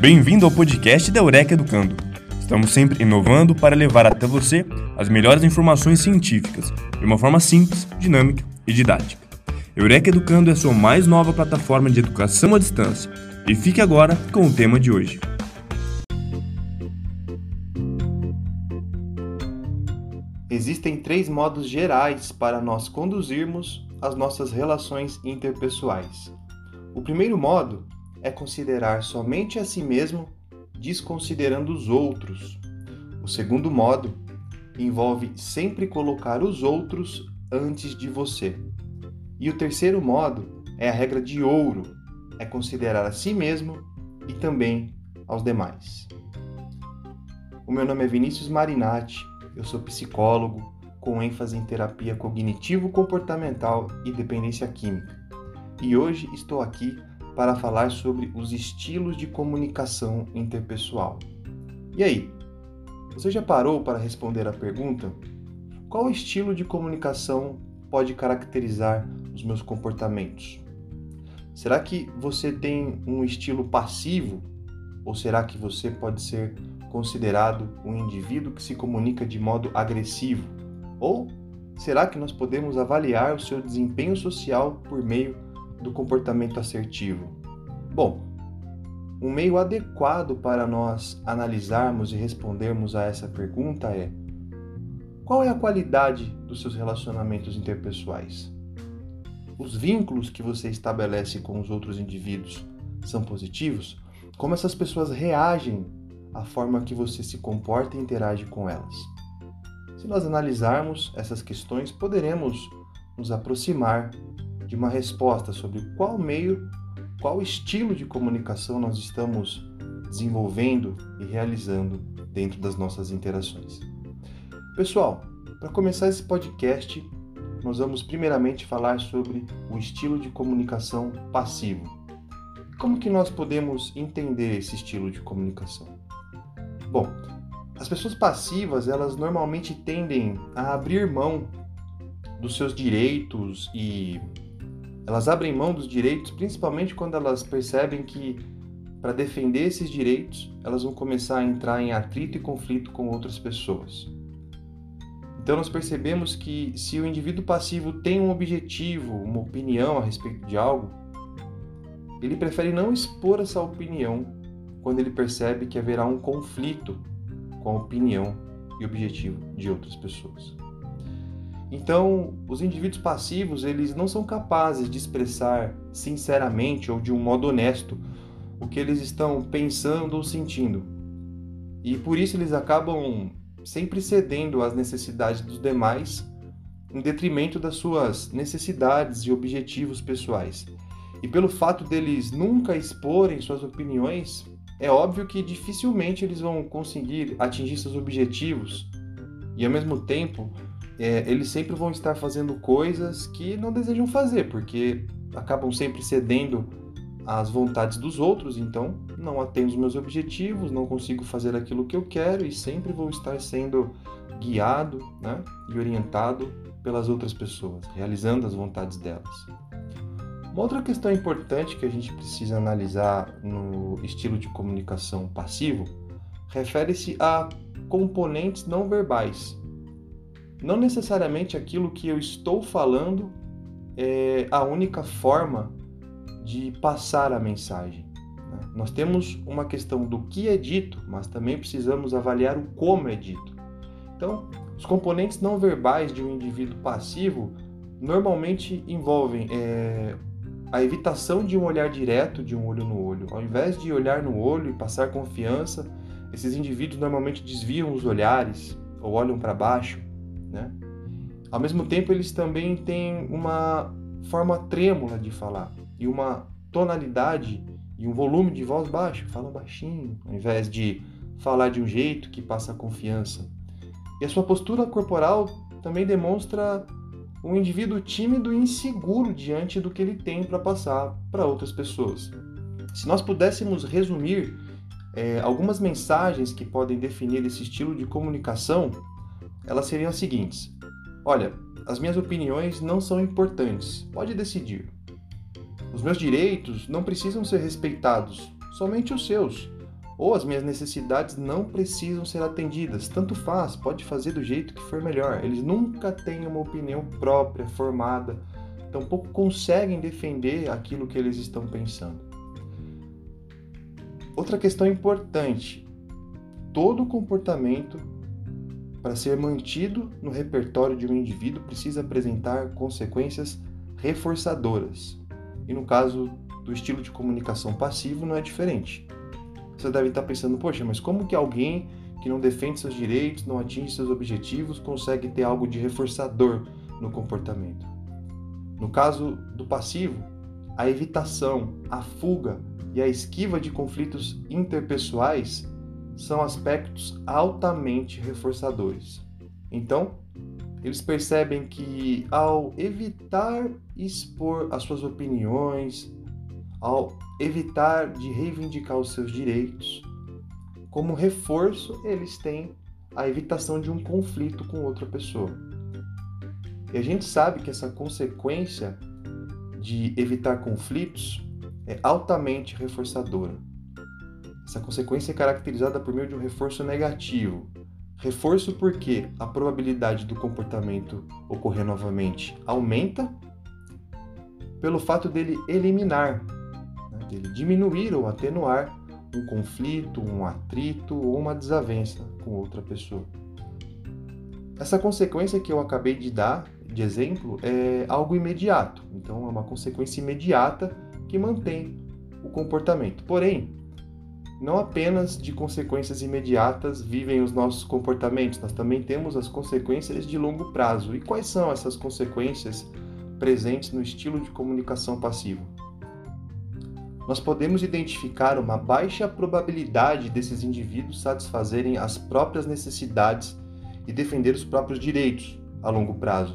Bem-vindo ao podcast da Eureka Educando. Estamos sempre inovando para levar até você as melhores informações científicas, de uma forma simples, dinâmica e didática. Eureka Educando é a sua mais nova plataforma de educação à distância. E fique agora com o tema de hoje. Existem 3 modos gerais para nós conduzirmos as nossas relações interpessoais. O primeiro modo é considerar somente a si mesmo, desconsiderando os outros. O segundo modo envolve sempre colocar os outros antes de você. E o terceiro modo é a regra de ouro, é considerar a si mesmo e também aos demais. O meu nome é Vinícius Marinatti, eu sou psicólogo com ênfase em terapia cognitivo-comportamental e dependência química. E hoje estou aqui para falar sobre os estilos de comunicação interpessoal. E aí, você já parou para responder a pergunta: qual estilo de comunicação pode caracterizar os meus comportamentos? Será que você tem um estilo passivo? Ou será que você pode ser considerado um indivíduo que se comunica de modo agressivo? Ou será que nós podemos avaliar o seu desempenho social por meio do comportamento assertivo? Bom, um meio adequado para nós analisarmos e respondermos a essa pergunta é: qual é a qualidade dos seus relacionamentos interpessoais? Os vínculos que você estabelece com os outros indivíduos são positivos? Como essas pessoas reagem à forma que você se comporta e interage com elas? Se nós analisarmos essas questões, poderemos nos aproximar de uma resposta sobre qual meio, qual estilo de comunicação nós estamos desenvolvendo e realizando dentro das nossas interações. Pessoal, para começar esse podcast, nós vamos primeiramente falar sobre o estilo de comunicação passivo. Como que nós podemos entender esse estilo de comunicação? Bom, as pessoas passivas, elas normalmente tendem a abrir mão dos seus direitos e elas abrem mão dos direitos principalmente quando elas percebem que, para defender esses direitos, elas vão começar a entrar em atrito e conflito com outras pessoas. Então nós percebemos que se o indivíduo passivo tem um objetivo, uma opinião a respeito de algo, ele prefere não expor essa opinião quando ele percebe que haverá um conflito com a opinião e objetivo de outras pessoas. Então, os indivíduos passivos, eles não são capazes de expressar sinceramente ou de um modo honesto o que eles estão pensando ou sentindo. E por isso eles acabam sempre cedendo às necessidades dos demais em detrimento das suas necessidades e objetivos pessoais. E pelo fato deles nunca exporem suas opiniões, é óbvio que dificilmente eles vão conseguir atingir seus objetivos. E ao mesmo tempo, eles sempre vão estar fazendo coisas que não desejam fazer, porque acabam sempre cedendo às vontades dos outros, então não atendo os meus objetivos, não consigo fazer aquilo que eu quero e sempre vou estar sendo guiado, e orientado pelas outras pessoas, realizando as vontades delas. Uma outra questão importante que a gente precisa analisar no estilo de comunicação passivo refere-se a componentes não verbais. Não necessariamente aquilo que eu estou falando é a única forma de passar a mensagem. Nós temos uma questão do que é dito, mas também precisamos avaliar o como é dito. Então, os componentes não verbais de um indivíduo passivo normalmente envolvem a evitação de um olhar direto, de um olho no olho. Ao invés de olhar no olho e passar confiança, esses indivíduos normalmente desviam os olhares ou olham para baixo, Ao mesmo tempo, eles também têm uma forma trêmula de falar e uma tonalidade e um volume de voz baixo, falam baixinho, ao invés de falar de um jeito que passa confiança. E a sua postura corporal também demonstra um indivíduo tímido e inseguro diante do que ele tem para passar para outras pessoas. Se nós pudéssemos resumir algumas mensagens que podem definir esse estilo de comunicação, elas seriam as seguintes: olha, as minhas opiniões não são importantes, pode decidir. Os meus direitos não precisam ser respeitados, somente os seus. Ou as minhas necessidades não precisam ser atendidas, tanto faz, pode fazer do jeito que for melhor. Eles nunca têm uma opinião própria, formada, tampouco conseguem defender aquilo que eles estão pensando. Outra questão importante: todo comportamento, para ser mantido no repertório de um indivíduo, precisa apresentar consequências reforçadoras. E no caso do estilo de comunicação passivo não é diferente. Você deve estar pensando, poxa, mas como que alguém que não defende seus direitos, não atinge seus objetivos, consegue ter algo de reforçador no comportamento? No caso do passivo, a evitação, a fuga e a esquiva de conflitos interpessoais são aspectos altamente reforçadores. Então, eles percebem que ao evitar expor as suas opiniões, ao evitar de reivindicar os seus direitos, como reforço, eles têm a evitação de um conflito com outra pessoa. E a gente sabe que essa consequência de evitar conflitos é altamente reforçadora. Essa consequência é caracterizada por meio de um reforço negativo. Reforço porque a probabilidade do comportamento ocorrer novamente aumenta pelo fato dele eliminar, dele diminuir ou atenuar um conflito, um atrito ou uma desavença com outra pessoa. Essa consequência que eu acabei de dar de exemplo é algo imediato, então é uma consequência imediata que mantém o comportamento. Porém, não apenas de consequências imediatas vivem os nossos comportamentos, nós também temos as consequências de longo prazo. E quais são essas consequências presentes no estilo de comunicação passivo? Nós podemos identificar uma baixa probabilidade desses indivíduos satisfazerem as próprias necessidades e defender os próprios direitos a longo prazo.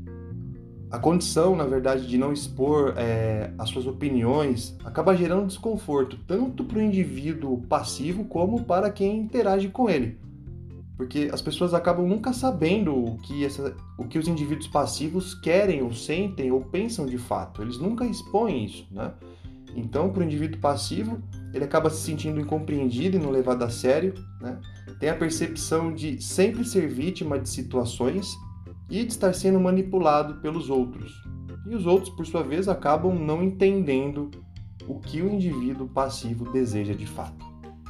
A condição, na verdade, de não expor as suas opiniões acaba gerando desconforto tanto para o indivíduo passivo como para quem interage com ele. Porque as pessoas acabam nunca sabendo o que os indivíduos passivos querem ou sentem ou pensam de fato. Eles nunca expõem isso, né? Então, para o indivíduo passivo, ele acaba se sentindo incompreendido e não levado a sério, né? Tem a percepção de sempre ser vítima de situações e de estar sendo manipulado pelos outros. E os outros, por sua vez, acabam não entendendo o que o indivíduo passivo deseja de fato.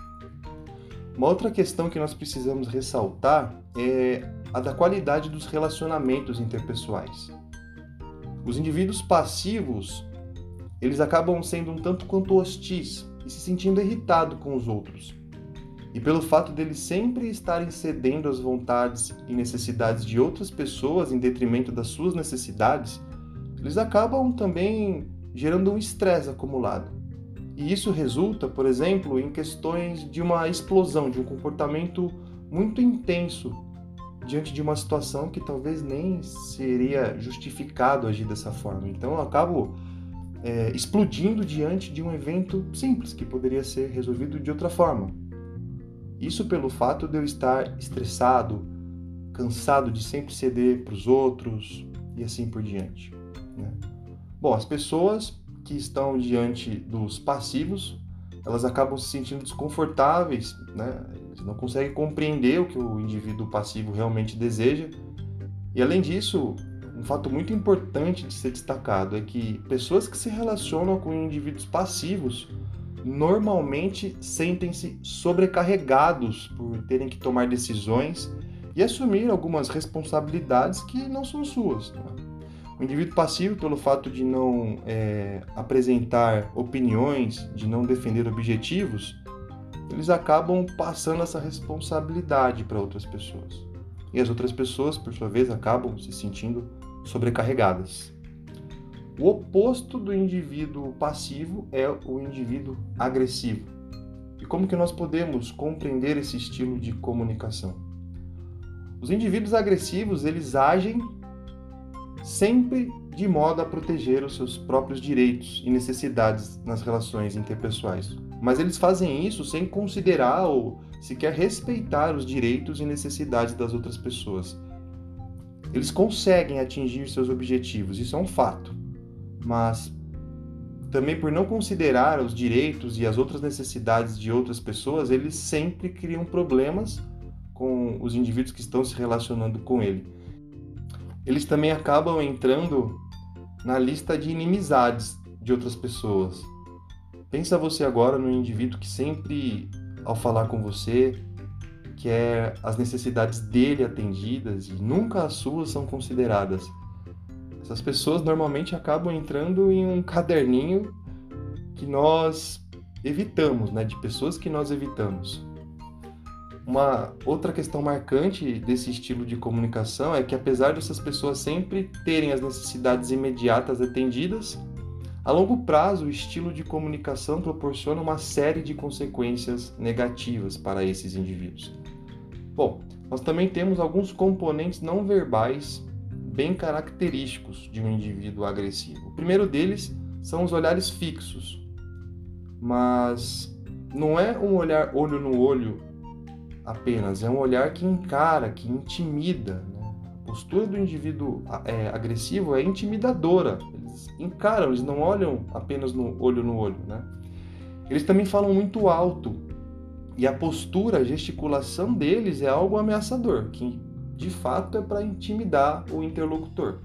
Uma outra questão que nós precisamos ressaltar é a da qualidade dos relacionamentos interpessoais. Os indivíduos passivos, eles acabam sendo um tanto quanto hostis e se sentindo irritados com os outros. E pelo fato deles sempre estarem cedendo às vontades e necessidades de outras pessoas em detrimento das suas necessidades, eles acabam também gerando um estresse acumulado. E isso resulta, por exemplo, em questões de uma explosão, de um comportamento muito intenso diante de uma situação que talvez nem seria justificado agir dessa forma. Então eu acabo explodindo diante de um evento simples, que poderia ser resolvido de outra forma. Isso pelo fato de eu estar estressado, cansado de sempre ceder para os outros e assim por diante, né? Bom, as pessoas que estão diante dos passivos, elas acabam se sentindo desconfortáveis, né? Eles não conseguem compreender o que o indivíduo passivo realmente deseja. E além disso, um fato muito importante de ser destacado é que pessoas que se relacionam com indivíduos passivos normalmente sentem-se sobrecarregados por terem que tomar decisões e assumir algumas responsabilidades que não são suas, né? O indivíduo passivo, pelo fato de não apresentar opiniões, de não defender objetivos, eles acabam passando essa responsabilidade para outras pessoas. E as outras pessoas, por sua vez, acabam se sentindo sobrecarregadas. O oposto do indivíduo passivo é o indivíduo agressivo. E como que nós podemos compreender esse estilo de comunicação? Os indivíduos agressivos, eles agem sempre de modo a proteger os seus próprios direitos e necessidades nas relações interpessoais. Mas eles fazem isso sem considerar ou sequer respeitar os direitos e necessidades das outras pessoas. Eles conseguem atingir seus objetivos, isso é um fato. Mas também por não considerar os direitos e as outras necessidades de outras pessoas, eles sempre criam problemas com os indivíduos que estão se relacionando com ele. Eles também acabam entrando na lista de inimizades de outras pessoas. Pensa você agora no indivíduo que sempre, ao falar com você, quer as necessidades dele atendidas e nunca as suas são consideradas. Essas pessoas normalmente acabam entrando em um caderninho que nós evitamos, né? De pessoas que nós evitamos. Uma outra questão marcante desse estilo de comunicação é que, apesar dessas pessoas sempre terem as necessidades imediatas atendidas, a longo prazo o estilo de comunicação proporciona uma série de consequências negativas para esses indivíduos. Bom, nós também temos alguns componentes não verbais bem característicos de um indivíduo agressivo. O primeiro deles são os olhares fixos, mas não é um olhar olho no olho apenas, é um olhar que encara, que intimida, né? A postura do indivíduo agressivo é intimidadora. Eles encaram, eles não olham apenas no olho, né? Eles também falam muito alto e a postura, a gesticulação deles é algo ameaçador, que de fato é para intimidar o interlocutor.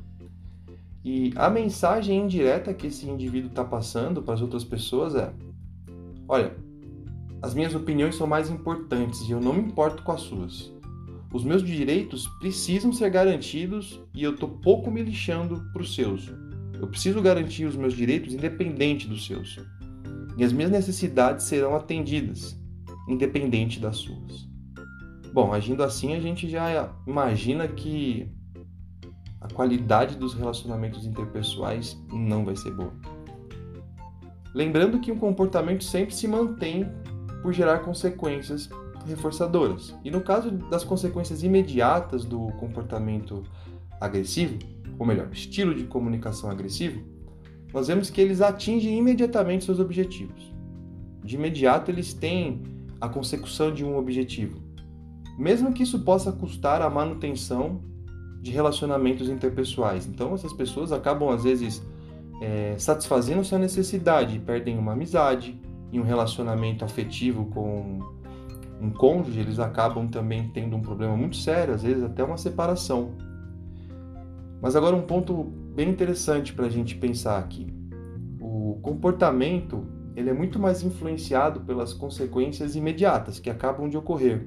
E a mensagem indireta que esse indivíduo está passando para as outras pessoas é: olha, as minhas opiniões são mais importantes e eu não me importo com as suas. Os meus direitos precisam ser garantidos e eu estou pouco me lixando para os seus. Eu preciso garantir os meus direitos independente dos seus. E as minhas necessidades serão atendidas, independente das suas. Bom, agindo assim, a gente já imagina que a qualidade dos relacionamentos interpessoais não vai ser boa. Lembrando que um comportamento sempre se mantém por gerar consequências reforçadoras. E no caso das consequências imediatas do comportamento agressivo, ou melhor, estilo de comunicação agressivo, nós vemos que eles atingem imediatamente seus objetivos. De imediato, eles têm a consecução de um objetivo, mesmo que isso possa custar a manutenção de relacionamentos interpessoais. Então, essas pessoas acabam, às vezes, satisfazendo sua necessidade e perdem uma amizade e um relacionamento afetivo com um cônjuge. Eles acabam também tendo um problema muito sério, às vezes até uma separação. Mas agora um ponto bem interessante para a gente pensar aqui. O comportamento ele é muito mais influenciado pelas consequências imediatas que acabam de ocorrer.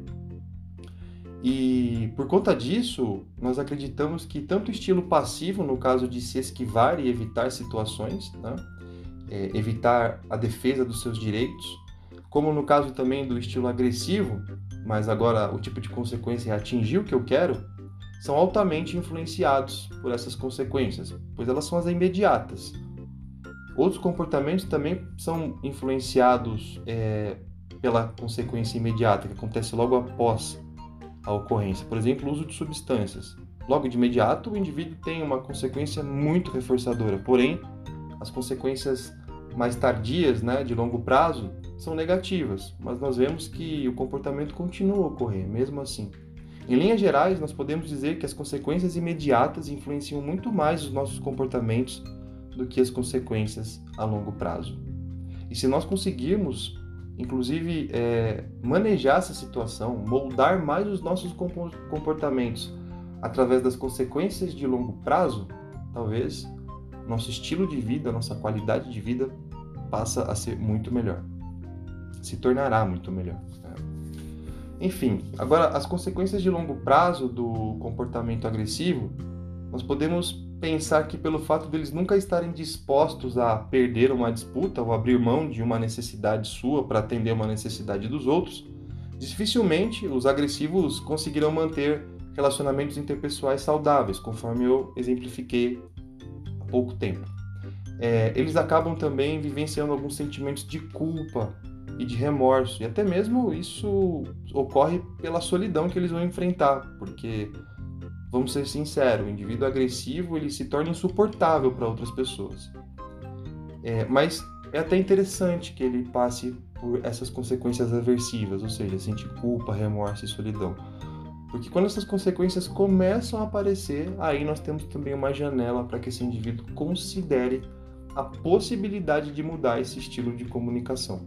E por conta disso, nós acreditamos que tanto o estilo passivo, no caso de se esquivar e evitar situações, né? Evitar a defesa dos seus direitos, como no caso também do estilo agressivo, mas agora o tipo de consequência é atingir o que eu quero, são altamente influenciados por essas consequências, pois elas são as imediatas. Outros comportamentos também são influenciados pela consequência imediata, que acontece logo após a ocorrência. Por exemplo, o uso de substâncias. Logo de imediato, o indivíduo tem uma consequência muito reforçadora, porém, as consequências mais tardias, né, de longo prazo, são negativas, mas nós vemos que o comportamento continua a ocorrer, mesmo assim. Em linhas gerais, nós podemos dizer que as consequências imediatas influenciam muito mais os nossos comportamentos do que as consequências a longo prazo. E se nós conseguirmos, inclusive, manejar essa situação, moldar mais os nossos comportamentos através das consequências de longo prazo, talvez nosso estilo de vida, nossa qualidade de vida passa a ser muito melhor. Se tornará muito melhor. Enfim, agora as consequências de longo prazo do comportamento agressivo, nós podemos pensar que pelo fato deles nunca estarem dispostos a perder uma disputa ou abrir mão de uma necessidade sua para atender uma necessidade dos outros, dificilmente os agressivos conseguirão manter relacionamentos interpessoais saudáveis, conforme eu exemplifiquei há pouco tempo. Eles acabam também vivenciando alguns sentimentos de culpa e de remorso, e até mesmo isso ocorre pela solidão que eles vão enfrentar, porque, vamos ser sinceros, o indivíduo agressivo ele se torna insuportável para outras pessoas. Mas é até interessante que ele passe por essas consequências aversivas, ou seja, sentir culpa, remorso e solidão. Porque quando essas consequências começam a aparecer, aí nós temos também uma janela para que esse indivíduo considere a possibilidade de mudar esse estilo de comunicação.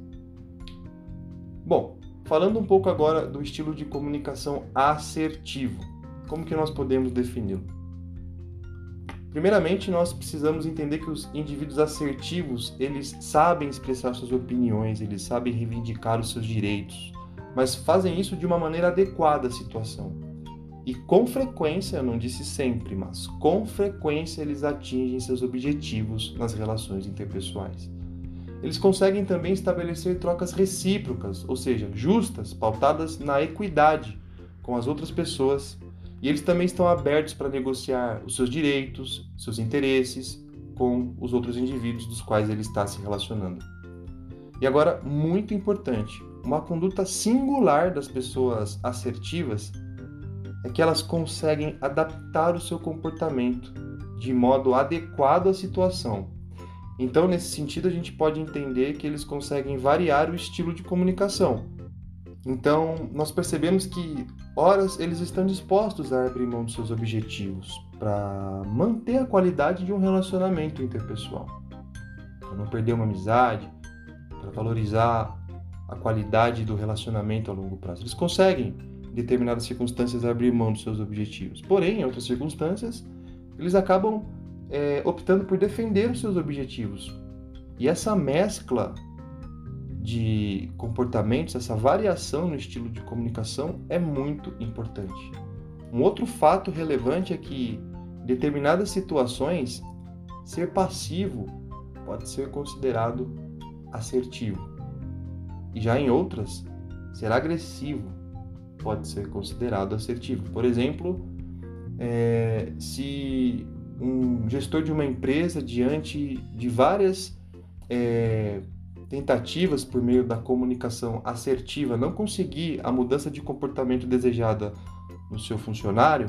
Bom, falando um pouco agora do estilo de comunicação assertivo, como que nós podemos defini-lo? Primeiramente, nós precisamos entender que os indivíduos assertivos, eles sabem expressar suas opiniões, eles sabem reivindicar os seus direitos, mas fazem isso de uma maneira adequada à situação. E com frequência, não disse sempre, mas com frequência eles atingem seus objetivos nas relações interpessoais. Eles conseguem também estabelecer trocas recíprocas, ou seja, justas, pautadas na equidade com as outras pessoas. E eles também estão abertos para negociar os seus direitos, seus interesses com os outros indivíduos dos quais ele está se relacionando. E agora, muito importante, uma conduta singular das pessoas assertivas é que elas conseguem adaptar o seu comportamento de modo adequado à situação. Então, nesse sentido, a gente pode entender que eles conseguem variar o estilo de comunicação. Então, nós percebemos que, horas, eles estão dispostos a abrir mão dos seus objetivos para manter a qualidade de um relacionamento interpessoal, para não perder uma amizade, para valorizar a qualidade do relacionamento a longo prazo. Eles conseguem, em determinadas circunstâncias, abrir mão dos seus objetivos. Porém, em outras circunstâncias, eles acabam optando por defender os seus objetivos. E essa mescla de comportamentos, essa variação no estilo de comunicação é muito importante. Um outro fato relevante é que, em determinadas situações, ser passivo pode ser considerado assertivo. E já em outras, ser agressivo pode ser considerado assertivo. Por exemplo, se um gestor de uma empresa, diante de várias tentativas por meio da comunicação assertiva, não conseguir a mudança de comportamento desejada no seu funcionário,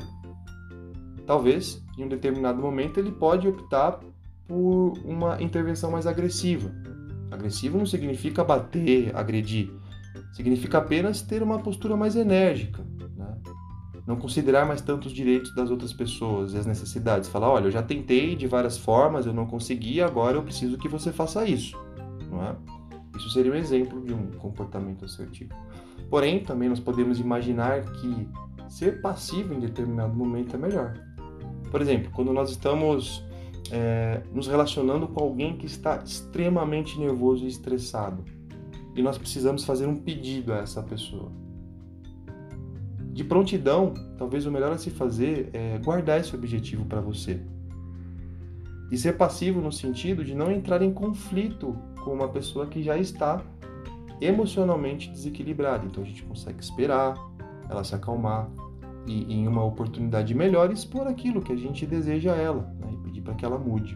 talvez, em um determinado momento, ele pode optar por uma intervenção mais agressiva. Agressivo não significa bater, agredir. Significa apenas ter uma postura mais enérgica, né? Não considerar mais tanto os direitos das outras pessoas e as necessidades. Falar, olha, eu já tentei de várias formas, eu não consegui, agora eu preciso que você faça isso, não é? Isso seria um exemplo de um comportamento assertivo. Porém, também nós podemos imaginar que ser passivo em determinado momento é melhor. Por exemplo, quando nós estamos nos relacionando com alguém que está extremamente nervoso e estressado, e nós precisamos fazer um pedido a essa pessoa. De prontidão, talvez o melhor a se fazer é guardar esse objetivo para você. E ser passivo no sentido de não entrar em conflito com uma pessoa que já está emocionalmente desequilibrada. Então a gente consegue esperar ela se acalmar e, em uma oportunidade melhor, expor aquilo que a gente deseja a ela, né, e pedir para que ela mude.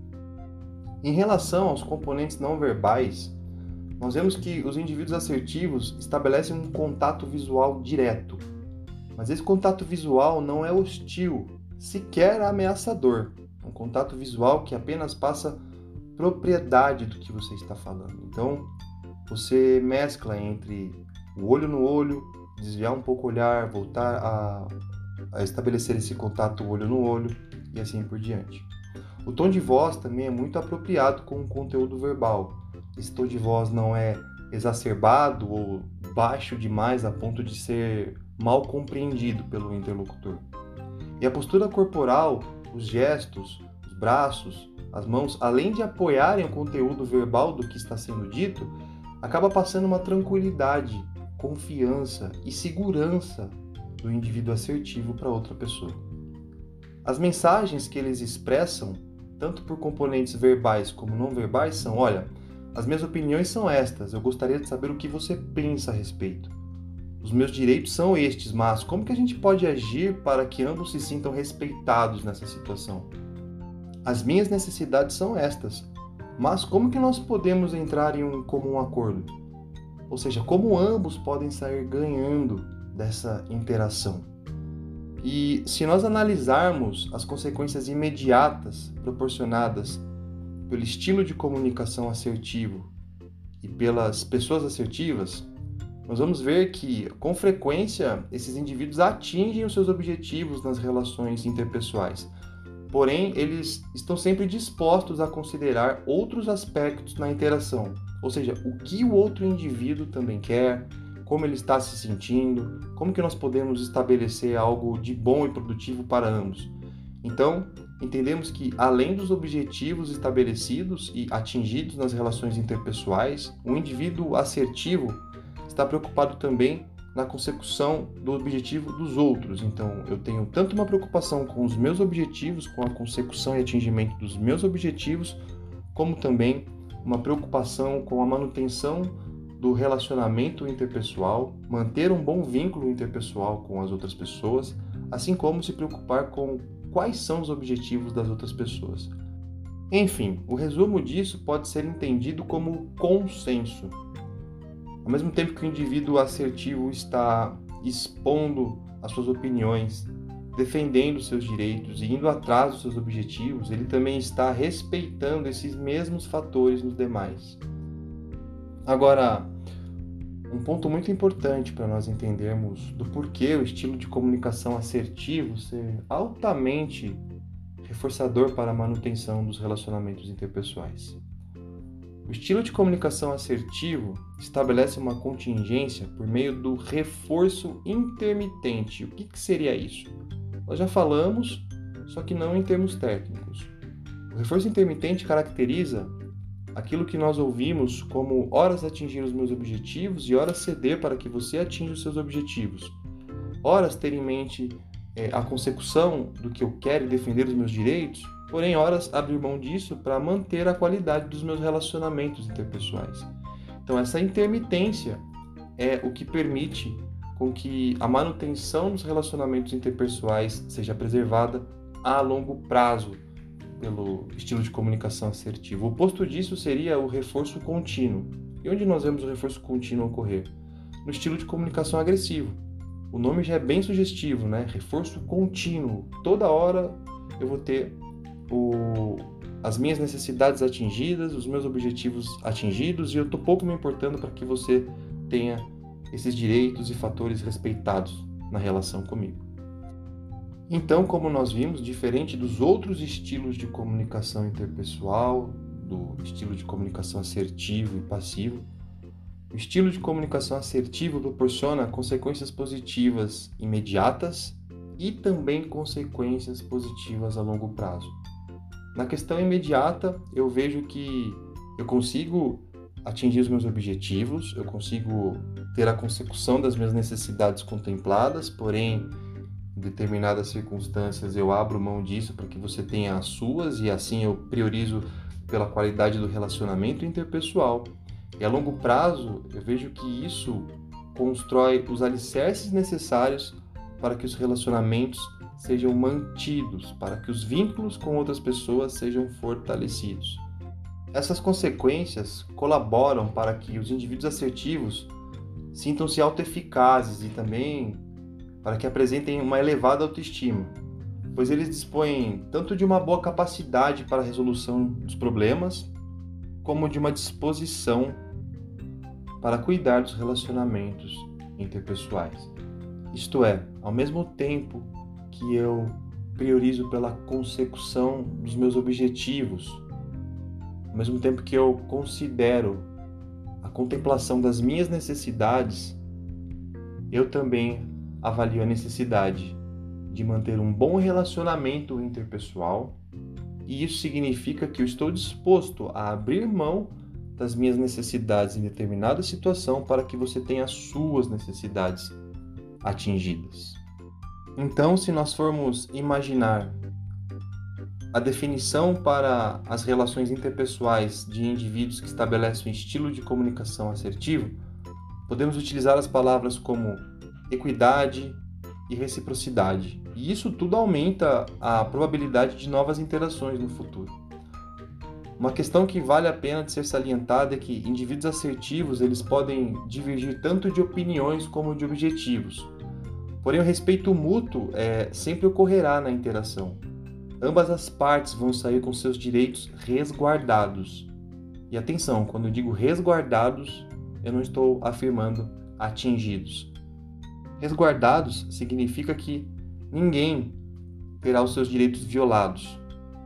Em relação aos componentes não verbais, nós vemos que os indivíduos assertivos estabelecem um contato visual direto. Mas esse contato visual não é hostil, sequer ameaçador. É um contato visual que apenas passa propriedade do que você está falando. Então, você mescla entre o olho no olho, desviar um pouco o olhar, voltar a estabelecer esse contato olho no olho e assim por diante. O tom de voz também é muito apropriado com o conteúdo verbal. Esse tom de voz não é exacerbado ou baixo demais a ponto de ser mal compreendido pelo interlocutor. E a postura corporal, os gestos, os braços, as mãos, além de apoiarem o conteúdo verbal do que está sendo dito, acaba passando uma tranquilidade, confiança e segurança do indivíduo assertivo para outra pessoa. As mensagens que eles expressam, tanto por componentes verbais como não verbais, são: olha, as minhas opiniões são estas, eu gostaria de saber o que você pensa a respeito. Os meus direitos são estes, mas como que a gente pode agir para que ambos se sintam respeitados nessa situação? As minhas necessidades são estas, mas como que nós podemos entrar em um comum acordo? Ou seja, como ambos podem sair ganhando dessa interação? E se nós analisarmos as consequências imediatas proporcionadas pelo estilo de comunicação assertivo e pelas pessoas assertivas, nós vamos ver que, com frequência, esses indivíduos atingem os seus objetivos nas relações interpessoais, Porém, eles estão sempre dispostos a considerar outros aspectos na interação, ou seja, o que o outro indivíduo também quer, como ele está se sentindo, como que nós podemos estabelecer algo de bom e produtivo para ambos. Então, entendemos que, além dos objetivos estabelecidos e atingidos nas relações interpessoais, o indivíduo assertivo está preocupado também na consecução do objetivo dos outros. Então, eu tenho tanto uma preocupação com os meus objetivos, com a consecução e atingimento dos meus objetivos, como também uma preocupação com a manutenção do relacionamento interpessoal, manter um bom vínculo interpessoal com as outras pessoas, assim como se preocupar com quais são os objetivos das outras pessoas. Enfim, o resumo disso pode ser entendido como consenso. Ao mesmo tempo que o indivíduo assertivo está expondo as suas opiniões, defendendo seus direitos e indo atrás dos seus objetivos, ele também está respeitando esses mesmos fatores nos demais. Agora, um ponto muito importante para nós entendermos do porquê o estilo de comunicação assertivo ser altamente reforçador para a manutenção dos relacionamentos interpessoais. O estilo de comunicação assertivo estabelece uma contingência por meio do reforço intermitente. O que seria isso? Nós já falamos, só que não em termos técnicos. O reforço intermitente caracteriza aquilo que nós ouvimos como horas atingir os meus objetivos e horas ceder para que você atinja os seus objetivos. Horas ter em mente a consecução do que eu quero e defender os meus direitos, porém horas abrir mão disso para manter a qualidade dos meus relacionamentos interpessoais. Então essa intermitência é o que permite com que a manutenção dos relacionamentos interpessoais seja preservada a longo prazo pelo estilo de comunicação assertivo. O oposto disso seria o reforço contínuo. E onde nós vemos o reforço contínuo ocorrer? No estilo de comunicação agressivo. O nome já é bem sugestivo, né? Reforço contínuo. Toda hora eu vou ter as minhas necessidades atingidas, os meus objetivos atingidos, e eu estou pouco me importando para que você tenha esses direitos e fatores respeitados na relação comigo. Então, como nós vimos, diferente dos outros estilos de comunicação interpessoal, do estilo de comunicação assertivo e passivo, o estilo de comunicação assertivo proporciona consequências positivas imediatas e também consequências positivas a longo prazo. Na questão imediata, eu vejo que eu consigo atingir os meus objetivos, eu consigo ter a consecução das minhas necessidades contempladas, porém, em determinadas circunstâncias eu abro mão disso para que você tenha as suas, e assim eu priorizo pela qualidade do relacionamento interpessoal. E a longo prazo eu vejo que isso constrói os alicerces necessários para que os relacionamentos sejam mantidos, para que os vínculos com outras pessoas sejam fortalecidos. Essas consequências colaboram para que os indivíduos assertivos sintam-se autoeficazes e também para que apresentem uma elevada autoestima, pois eles dispõem tanto de uma boa capacidade para a resolução dos problemas, como de uma disposição para cuidar dos relacionamentos interpessoais. Isto é, ao mesmo tempo que eu priorizo pela consecução dos meus objetivos, ao mesmo tempo que eu considero a contemplação das minhas necessidades, eu também avalio a necessidade de manter um bom relacionamento interpessoal, e isso significa que eu estou disposto a abrir mão das minhas necessidades em determinada situação para que você tenha as suas necessidades atingidas. Então, se nós formos imaginar a definição para as relações interpessoais de indivíduos que estabelecem um estilo de comunicação assertivo, podemos utilizar as palavras como equidade e reciprocidade. E isso tudo aumenta a probabilidade de novas interações no futuro. Uma questão que vale a pena de ser salientada é que indivíduos assertivos eles podem divergir tanto de opiniões como de objetivos. Porém, o respeito mútuo sempre ocorrerá na interação. Ambas as partes vão sair com seus direitos resguardados. E atenção, quando eu digo resguardados, eu não estou afirmando atingidos. Resguardados significa que ninguém terá os seus direitos violados.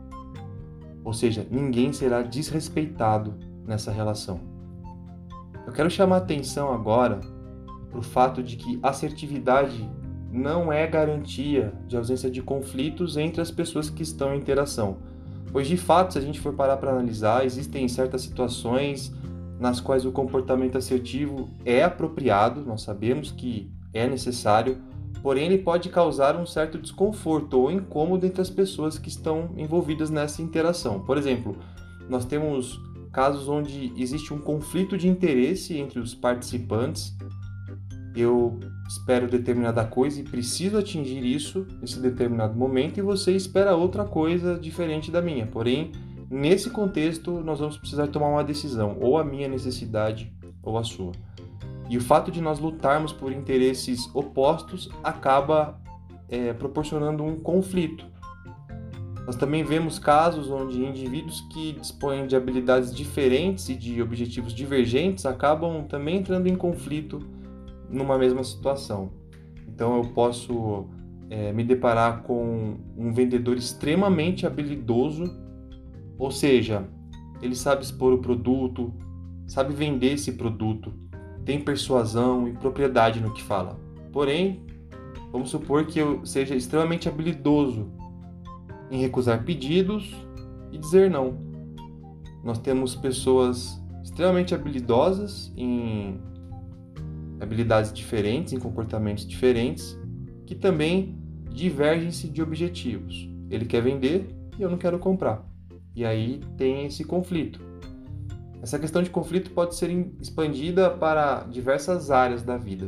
Ou seja, ninguém será desrespeitado nessa relação. Eu quero chamar a atenção agora para o fato de que assertividade não é garantia de ausência de conflitos entre as pessoas que estão em interação. Pois, de fato, se a gente for parar para analisar, existem certas situações nas quais o comportamento assertivo é apropriado, nós sabemos que é necessário, porém ele pode causar um certo desconforto ou incômodo entre as pessoas que estão envolvidas nessa interação. Por exemplo, nós temos casos onde existe um conflito de interesse entre os participantes. Eu espero determinada coisa e preciso atingir isso nesse determinado momento e você espera outra coisa diferente da minha. Porém, nesse contexto, nós vamos precisar tomar uma decisão, ou a minha necessidade ou a sua. E o fato de nós lutarmos por interesses opostos acaba proporcionando um conflito. Nós também vemos casos onde indivíduos que dispõem de habilidades diferentes e de objetivos divergentes acabam também entrando em conflito numa mesma situação. Então eu posso me deparar com um vendedor extremamente habilidoso, ou seja, ele sabe expor o produto, sabe vender esse produto, tem persuasão e propriedade no que fala. Porém, vamos supor que eu seja extremamente habilidoso em recusar pedidos e dizer não. Nós temos pessoas extremamente habilidosas em habilidades diferentes, em comportamentos diferentes, que também divergem-se de objetivos. Ele quer vender e eu não quero comprar. E aí tem esse conflito. Essa questão de conflito pode ser expandida para diversas áreas da vida.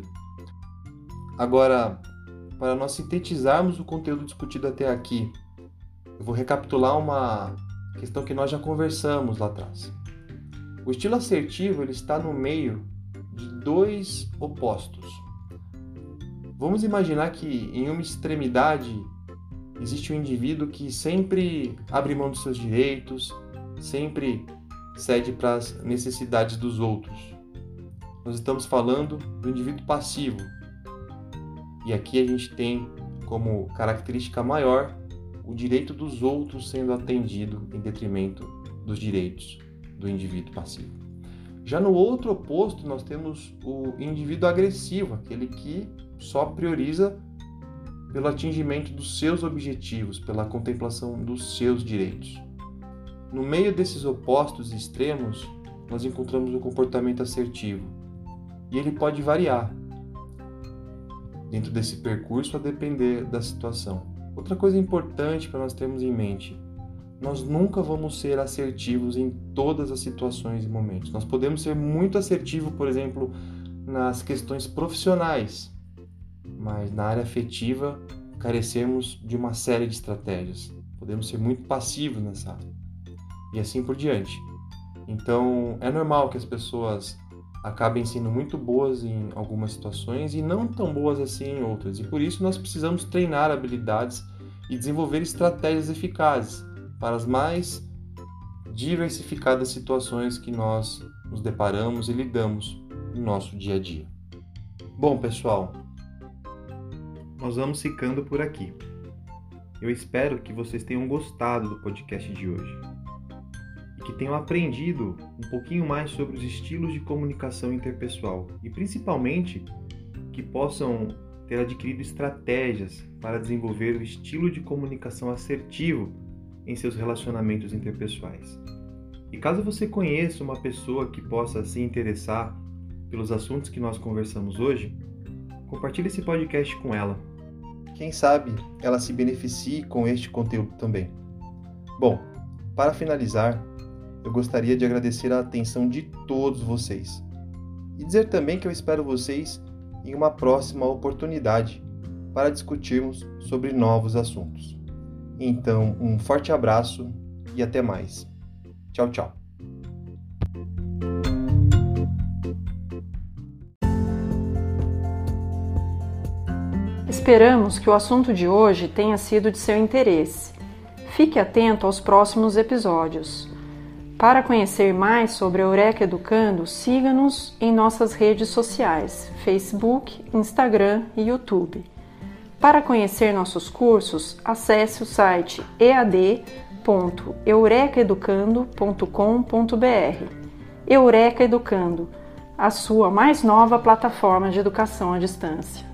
Agora, para nós sintetizarmos o conteúdo discutido até aqui, eu vou recapitular uma questão que nós já conversamos lá atrás. O estilo assertivo ele está no meio de dois opostos. Vamos imaginar que em uma extremidade existe um indivíduo que sempre abre mão dos seus direitos, sempre cede para as necessidades dos outros. Nós estamos falando do indivíduo passivo. E aqui a gente tem como característica maior o direito dos outros sendo atendido em detrimento dos direitos do indivíduo passivo. Já no outro oposto, nós temos o indivíduo agressivo, aquele que só prioriza pelo atingimento dos seus objetivos, pela contemplação dos seus direitos. No meio desses opostos extremos, nós encontramos o comportamento assertivo. E ele pode variar dentro desse percurso a depender da situação. Outra coisa importante para nós termos em mente, nós nunca vamos ser assertivos em todas as situações e momentos. Nós podemos ser muito assertivos, por exemplo, nas questões profissionais, mas na área afetiva carecemos de uma série de estratégias. Podemos ser muito passivos nessa área e assim por diante. Então, é normal que as pessoas acabem sendo muito boas em algumas situações e não tão boas assim em outras. E por isso nós precisamos treinar habilidades e desenvolver estratégias eficazes para as mais diversificadas situações que nós nos deparamos e lidamos no nosso dia a dia. Bom, pessoal, nós vamos ficando por aqui. Eu espero que vocês tenham gostado do podcast de hoje e que tenham aprendido um pouquinho mais sobre os estilos de comunicação interpessoal e principalmente que possam ter adquirido estratégias para desenvolver o estilo de comunicação assertivo em seus relacionamentos interpessoais. E caso você conheça uma pessoa que possa se interessar pelos assuntos que nós conversamos hoje, compartilhe esse podcast com ela. Quem sabe ela se beneficie com este conteúdo também. Bom, para finalizar, eu gostaria de agradecer a atenção de todos vocês e dizer também que eu espero vocês em uma próxima oportunidade para discutirmos sobre novos assuntos. Então, um forte abraço e até mais. Tchau, tchau. Esperamos que o assunto de hoje tenha sido de seu interesse. Fique atento aos próximos episódios. Para conhecer mais sobre a Eureka Educando, siga-nos em nossas redes sociais, Facebook, Instagram e YouTube. Para conhecer nossos cursos, acesse o site ead.eurekaeducando.com.br. Eureka Educando, a sua mais nova plataforma de educação à distância.